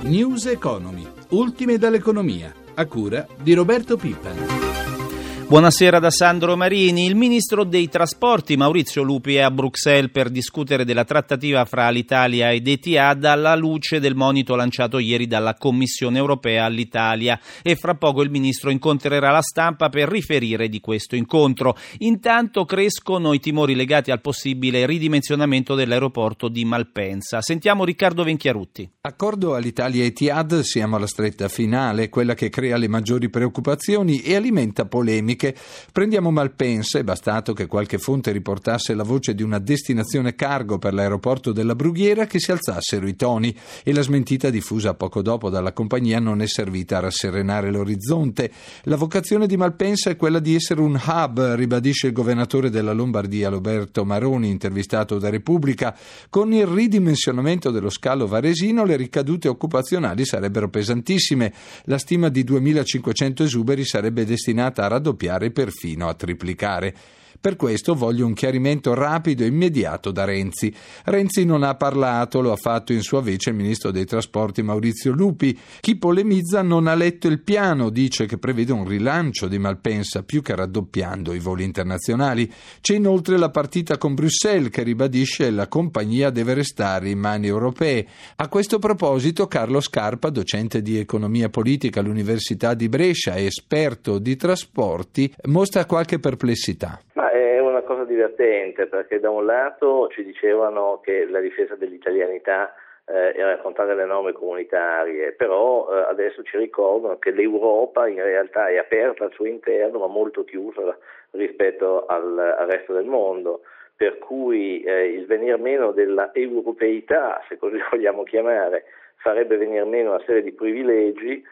News Economy, ultime dall'economia, a cura di Roberto Pippan. Buonasera da Sandro Marini. Il ministro dei trasporti Maurizio Lupi è a Bruxelles per discutere della trattativa fra l'Italia ed Etihad alla luce del monito lanciato ieri dalla Commissione europea all'Italia, e fra poco il ministro incontrerà la stampa per riferire di questo incontro. Intanto crescono i timori legati al possibile ridimensionamento dell'aeroporto di Malpensa. Sentiamo Riccardo Venchiarutti. Accordo Alitalia-Etihad, siamo alla stretta finale, quella che crea le maggiori preoccupazioni e alimenta polemiche. Prendiamo Malpensa, è bastato che qualche fonte riportasse la voce di una destinazione cargo per l'aeroporto della Brughiera che si alzassero i toni, e la smentita diffusa poco dopo dalla compagnia non è servita a rasserenare l'orizzonte. La vocazione di Malpensa è quella di essere un hub, ribadisce il governatore della Lombardia Roberto Maroni, intervistato da Repubblica. Con il ridimensionamento dello scalo varesino le ricadute occupazionali sarebbero pesantissime. La stima di 2.500 esuberi sarebbe destinata a raddoppiare e perfino a triplicare. Per questo voglio un chiarimento rapido e immediato da Renzi. Renzi non ha parlato, lo ha fatto in sua vece il ministro dei trasporti Maurizio Lupi. Chi polemizza non ha letto il piano, dice che prevede un rilancio di Malpensa più che raddoppiando i voli internazionali. C'è inoltre la partita con Bruxelles che ribadisce che la compagnia deve restare in mani europee. A questo proposito Carlo Scarpa, docente di economia politica all'Università di Brescia e esperto di trasporti, mostra qualche perplessità. È una cosa divertente, perché da un lato ci dicevano che la difesa dell'italianità era contraria alle norme comunitarie, però adesso ci ricordano che l'Europa in realtà è aperta al suo interno ma molto chiusa rispetto al resto del mondo, per cui il venir meno della europeità, se così vogliamo chiamare, farebbe venir meno una serie di privilegi,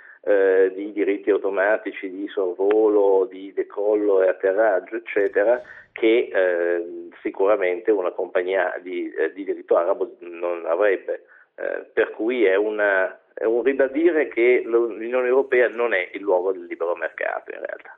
di diritti automatici di sorvolo, di decollo e atterraggio, eccetera, che sicuramente una compagnia di diritto arabo non avrebbe. Per cui è un ribadire che l'Unione Europea non è il luogo del libero mercato in realtà.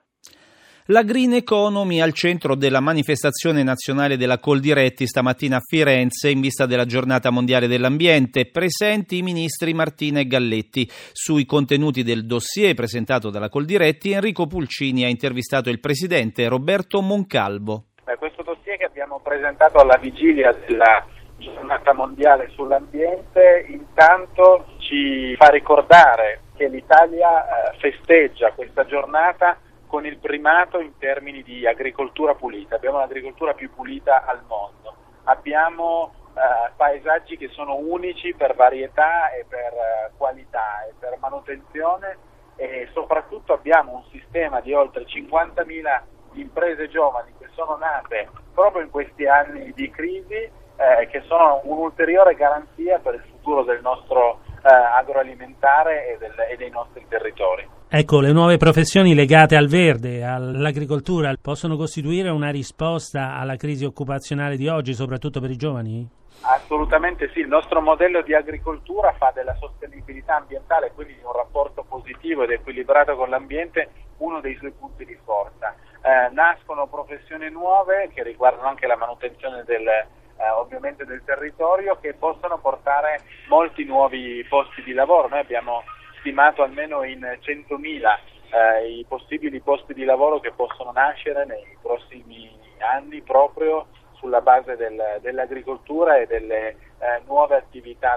La Green Economy al centro della manifestazione nazionale della Coldiretti stamattina a Firenze in vista della giornata mondiale dell'ambiente. Presenti i ministri Martina e Galletti. Sui contenuti del dossier presentato dalla Coldiretti, Enrico Pulcini ha intervistato il presidente Roberto Moncalvo. Questo dossier che abbiamo presentato alla vigilia della giornata mondiale sull'ambiente intanto ci fa ricordare che l'Italia festeggia questa giornata con il primato in termini di agricoltura pulita. Abbiamo l'agricoltura più pulita al mondo, abbiamo paesaggi che sono unici per varietà e per qualità e per manutenzione, e soprattutto abbiamo un sistema di oltre 50.000 imprese giovani che sono nate proprio in questi anni di crisi, che sono un'ulteriore garanzia per il futuro del nostro agroalimentare e dei nostri territori. Ecco, le nuove professioni legate al verde, all'agricoltura, possono costituire una risposta alla crisi occupazionale di oggi, soprattutto per i giovani? Assolutamente sì, il nostro modello di agricoltura fa della sostenibilità ambientale, quindi di un rapporto positivo ed equilibrato con l'ambiente, uno dei suoi punti di forza. Nascono professioni nuove che riguardano anche la manutenzione ovviamente del territorio, che possono portare molti nuovi posti di lavoro. Noi abbiamo stimato almeno in 100.000 i possibili posti di lavoro che possono nascere nei prossimi anni proprio sulla base dell'agricoltura e delle nuove attività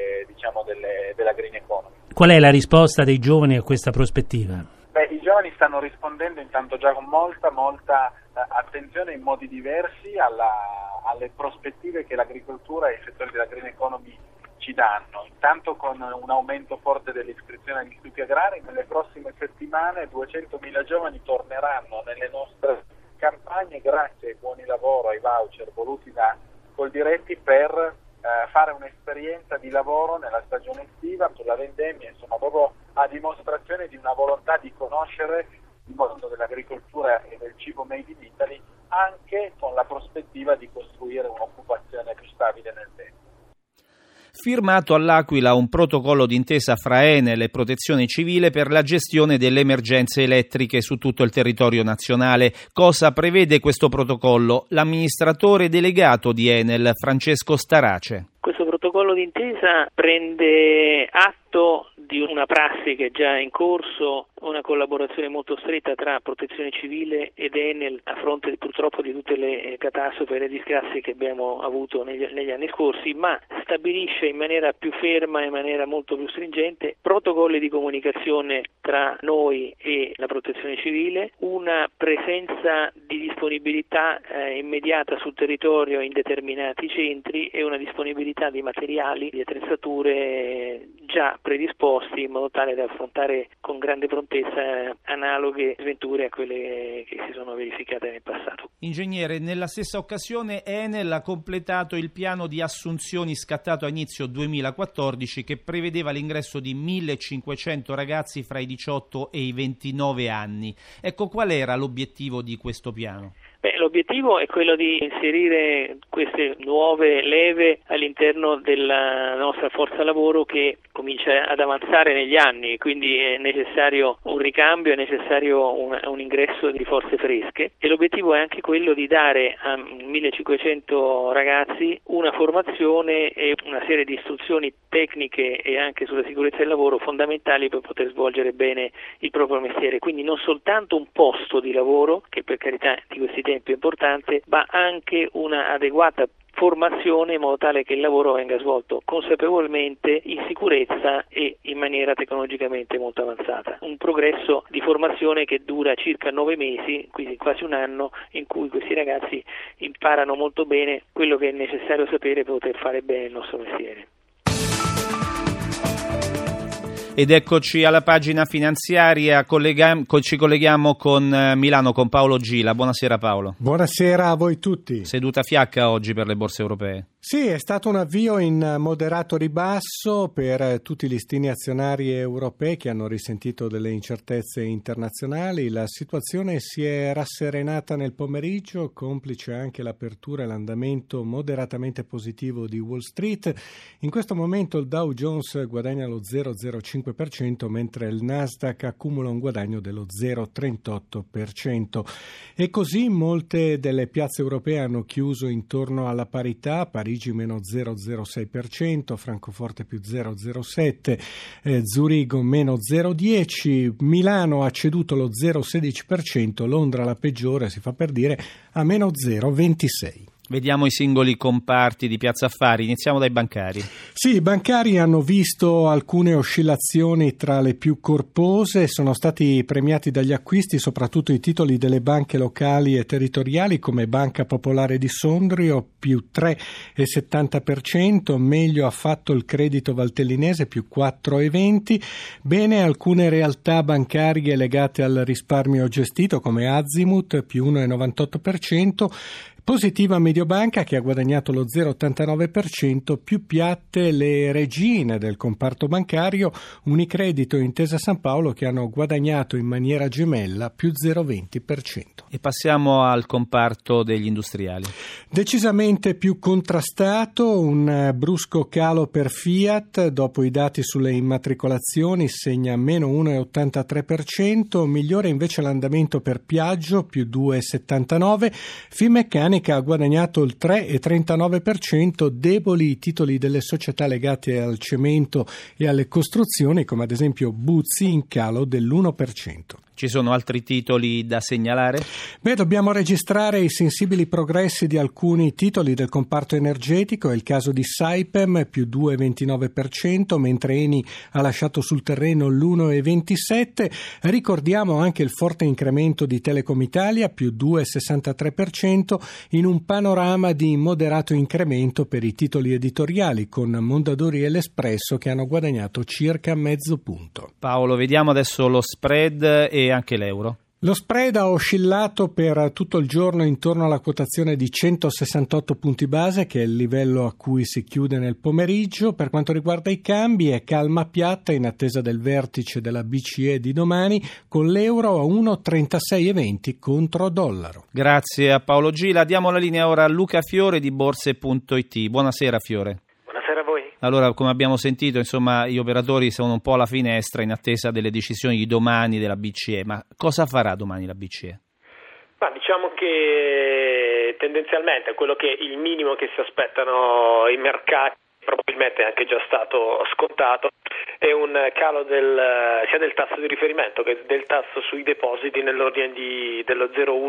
della Green Economy. Qual è la risposta dei giovani a questa prospettiva? I giovani stanno rispondendo intanto già con molta attenzione in modi diversi alle prospettive che l'agricoltura e i settori della Green Economy ci danno. Intanto con un aumento forte delle iscrizioni agli istituti agrari, nelle prossime settimane 200.000 giovani torneranno nelle nostre campagne grazie ai buoni lavoro, ai voucher voluti da Coldiretti per fare un'esperienza di lavoro nella stagione estiva, sulla vendemmia, insomma proprio a dimostrazione di una volontà di conoscere il mondo dell'agricoltura e del cibo made in Italy, anche con la prospettiva di costruire un'occupazione più stabile nel tempo. Firmato all'Aquila un protocollo d'intesa fra Enel e Protezione Civile per la gestione delle emergenze elettriche su tutto il territorio nazionale. Cosa prevede questo protocollo? L'amministratore delegato di Enel, Francesco Starace. Questo protocollo d'intesa prende atto di una prassi che è già in corso, una collaborazione molto stretta tra Protezione Civile ed Enel a fronte purtroppo di tutte le catastrofi e le disgrazie che abbiamo avuto negli anni scorsi, ma stabilisce in maniera più ferma, in maniera molto più stringente, protocolli di comunicazione tra noi e la Protezione Civile, una presenza di disponibilità immediata sul territorio in determinati centri e una disponibilità di materiali, di attrezzature già predisposti in modo tale da affrontare con grande prontezza analoghe sventure a quelle che si sono verificate nel passato. Ingegnere, nella stessa occasione Enel ha completato il piano di assunzioni scattato a inizio 2014 che prevedeva l'ingresso di 1.500 ragazzi fra i 18 e i 29 anni. Ecco, qual era l'obiettivo di questo piano? L'obiettivo è quello di inserire queste nuove leve all'interno della nostra forza lavoro che comincia ad avanzare negli anni, quindi è necessario un ricambio, è necessario un ingresso di forze fresche e l'obiettivo è anche quello di dare a 1.500 ragazzi una formazione e una serie di istruzioni tecniche e anche sulla sicurezza del lavoro fondamentali per poter svolgere bene il proprio mestiere, quindi non soltanto un posto di lavoro, che per carità di questi tempi è importante, ma anche una adeguata formazione in modo tale che il lavoro venga svolto consapevolmente, in sicurezza e in maniera tecnologicamente molto avanzata. Un progresso di formazione che dura circa 9 mesi, quindi quasi un anno, in cui questi ragazzi imparano molto bene quello che è necessario sapere per poter fare bene il nostro mestiere. Ed eccoci alla pagina finanziaria, ci colleghiamo con Milano, con Paolo Gila. Buonasera Paolo. Buonasera a voi tutti. Seduta fiacca oggi per le borse europee. Sì, è stato un avvio in moderato ribasso per tutti i listini azionari europei che hanno risentito delle incertezze internazionali. La situazione si è rasserenata nel pomeriggio, complice anche l'apertura e l'andamento moderatamente positivo di Wall Street. In questo momento il Dow Jones guadagna lo 0,05%, mentre il Nasdaq accumula un guadagno dello 0,38%. E così molte delle piazze europee hanno chiuso intorno alla parità. Parigi meno 0,06%, Francoforte più 0,07%, Zurigo meno 0,10%, Milano ha ceduto lo 0,16%, Londra la peggiore, si fa per dire, a meno 0,26%. Vediamo i singoli comparti di Piazza Affari, iniziamo dai bancari. Sì, i bancari hanno visto alcune oscillazioni tra le più corpose, sono stati premiati dagli acquisti soprattutto i titoli delle banche locali e territoriali come Banca Popolare di Sondrio più 3,70%, meglio ha fatto il Credito Valtellinese più 4,20%, bene alcune realtà bancarie legate al risparmio gestito come Azimut più 1,98%, positiva Mediobanca che ha guadagnato lo 0,89%, più piatte le regine del comparto bancario, Unicredito e Intesa San Paolo che hanno guadagnato in maniera gemella più 0,20%. E passiamo al comparto degli industriali. Decisamente più contrastato, un brusco calo per Fiat, dopo i dati sulle immatricolazioni segna meno 1,83%, migliore invece l'andamento per Piaggio più 2,79%, Finmeccanica ha guadagnato il 3,39%, deboli i titoli delle società legate al cemento e alle costruzioni come ad esempio Buzzi in calo dell'1%. Ci sono altri titoli da segnalare? Dobbiamo registrare i sensibili progressi di alcuni titoli del comparto energetico, è il caso di Saipem più 2,29%, mentre Eni ha lasciato sul terreno l'1,27%. Ricordiamo anche il forte incremento di Telecom Italia più 2,63% in un panorama di moderato incremento per i titoli editoriali con Mondadori e l'Espresso che hanno guadagnato circa mezzo punto. Paolo, vediamo adesso lo spread e anche l'euro. Lo spread ha oscillato per tutto il giorno intorno alla quotazione di 168 punti base, che è il livello a cui si chiude nel pomeriggio. Per quanto riguarda i cambi è calma piatta in attesa del vertice della BCE di domani, con l'euro a 1,3620 contro dollaro. Grazie a Paolo Gila. Diamo la linea ora a Luca Fiore di Borse.it. Buonasera Fiore. Buonasera a voi. Allora, come abbiamo sentito, insomma, gli operatori sono un po' alla finestra in attesa delle decisioni di domani della BCE. Ma cosa farà domani la BCE? Ma diciamo che tendenzialmente è quello che il minimo che si aspettano i mercati probabilmente è anche già stato scontato, è un calo sia del tasso di riferimento che del tasso sui depositi nell'ordine dello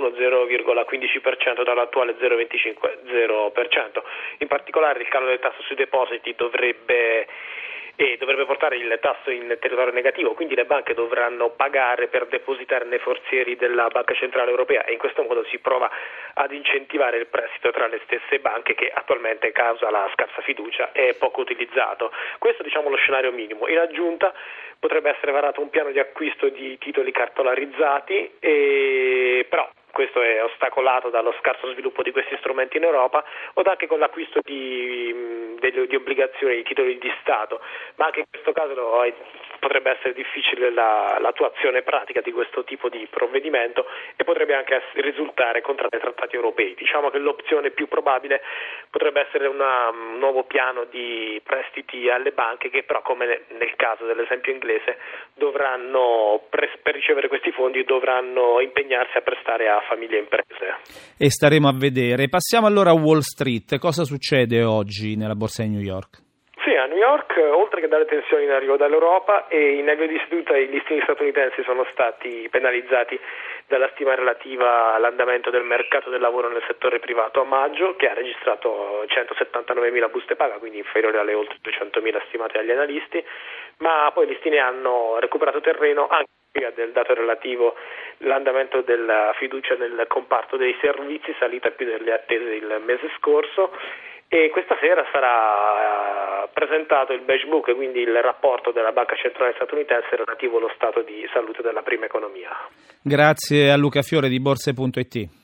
0,15% dall'attuale 0,25%. In particolare il calo del tasso sui depositi dovrebbe portare il tasso in territorio negativo, quindi le banche dovranno pagare per depositare nei forzieri della Banca Centrale Europea e in questo modo si prova ad incentivare il prestito tra le stesse banche che attualmente, causa la scarsa fiducia, è poco utilizzato. Questo è lo scenario minimo. In aggiunta potrebbe essere varato un piano di acquisto di titoli cartolarizzati, però questo è ostacolato dallo scarso sviluppo di questi strumenti in Europa o anche con l'acquisto di obbligazioni, di titoli di Stato, ma anche in questo caso potrebbe essere difficile l'attuazione pratica di questo tipo di provvedimento e potrebbe anche risultare contrario ai trattati europei. Diciamo che l'opzione più probabile potrebbe essere un nuovo piano di prestiti alle banche che però, come nel caso dell'esempio inglese, dovranno per ricevere questi fondi dovranno impegnarsi a prestare a famiglie e imprese. E staremo a vedere. Passiamo allora a Wall Street. Cosa succede oggi nella borsa di New York? Sì, a New York, oltre che dalle tensioni in arrivo dall'Europa, e in avvio di seduta i listini statunitensi sono stati penalizzati dalla stima relativa all'andamento del mercato del lavoro nel settore privato a maggio, che ha registrato 179.000 buste paga, quindi inferiore alle oltre 200.000 stimate dagli analisti, ma poi i listini hanno recuperato terreno anche del dato relativo all'andamento della fiducia nel comparto dei servizi, salita più delle attese il mese scorso. E questa sera sarà presentato il Beige Book, quindi il rapporto della Banca Centrale statunitense relativo allo stato di salute della prima economia. Grazie a Luca Fiore di Borse.it.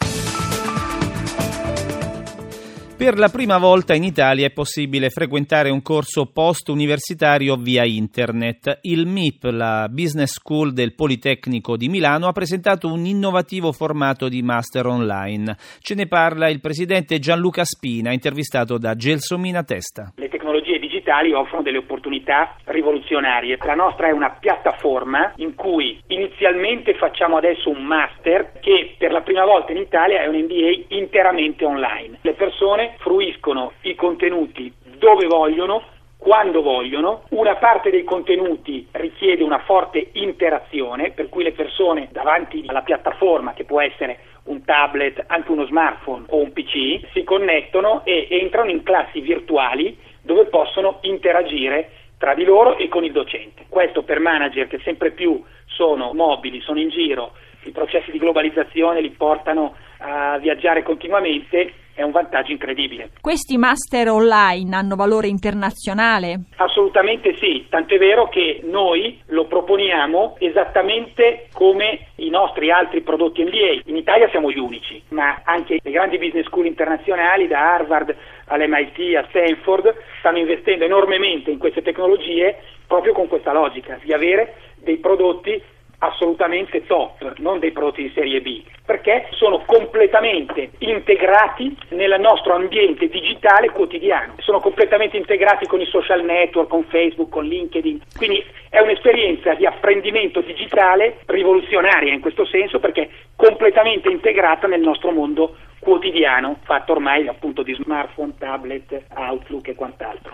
Per la prima volta in Italia è possibile frequentare un corso post-universitario via internet. Il MIP, la Business School del Politecnico di Milano, ha presentato un innovativo formato di master online. Ce ne parla il presidente Gianluca Spina, intervistato da Gelsomina Testa. Le tecnologie digitali offrono delle opportunità rivoluzionarie. La nostra è una piattaforma in cui inizialmente facciamo adesso un master che per la prima volta in Italia è un MBA interamente online. Le persone fruiscono i contenuti dove vogliono, quando vogliono. Una parte dei contenuti richiede una forte interazione, per cui le persone davanti alla piattaforma, che può essere un tablet, anche uno smartphone o un PC, si connettono e entrano in classi virtuali dove possono interagire tra di loro e con il docente. Questo per manager che sempre più sono mobili, sono in giro, i processi di globalizzazione li portano a viaggiare continuamente, è un vantaggio incredibile. Questi master online hanno valore internazionale? Assolutamente sì, tant'è vero che noi lo proponiamo esattamente come i nostri altri prodotti MBA. In Italia siamo gli unici, ma anche le grandi business school internazionali, da Harvard all'MIT a Stanford, stanno investendo enormemente in queste tecnologie proprio con questa logica di avere dei prodotti assolutamente top, non dei prodotti di serie B, perché sono completamente integrati nel nostro ambiente digitale quotidiano, sono completamente integrati con i social network, con Facebook, con LinkedIn, quindi è un'esperienza di apprendimento digitale rivoluzionaria in questo senso, perché completamente integrata nel nostro mondo quotidiano, fatto ormai appunto di smartphone, tablet, Outlook e quant'altro.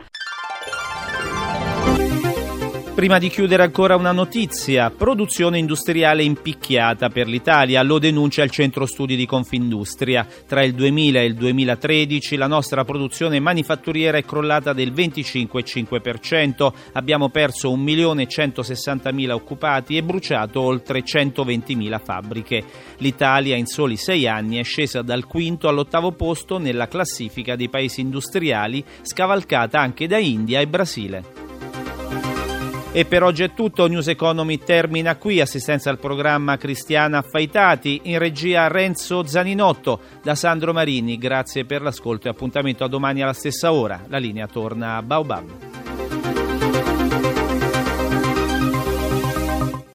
Prima di chiudere ancora una notizia: produzione industriale impicchiata per l'Italia, lo denuncia il Centro Studi di Confindustria. Tra il 2000 e il 2013 la nostra produzione manifatturiera è crollata del 25,5%, abbiamo perso 1.160.000 occupati e bruciato oltre 120.000 fabbriche. L'Italia in soli 6 anni è scesa dal quinto all'8° posto nella classifica dei paesi industriali, scavalcata anche da India e Brasile. E per oggi è tutto. News Economy termina qui. Assistenza al programma Cristiana Affaitati, in regia Renzo Zaninotto. Da Sandro Marini, grazie per l'ascolto e appuntamento a domani alla stessa ora. La linea torna a Baobab.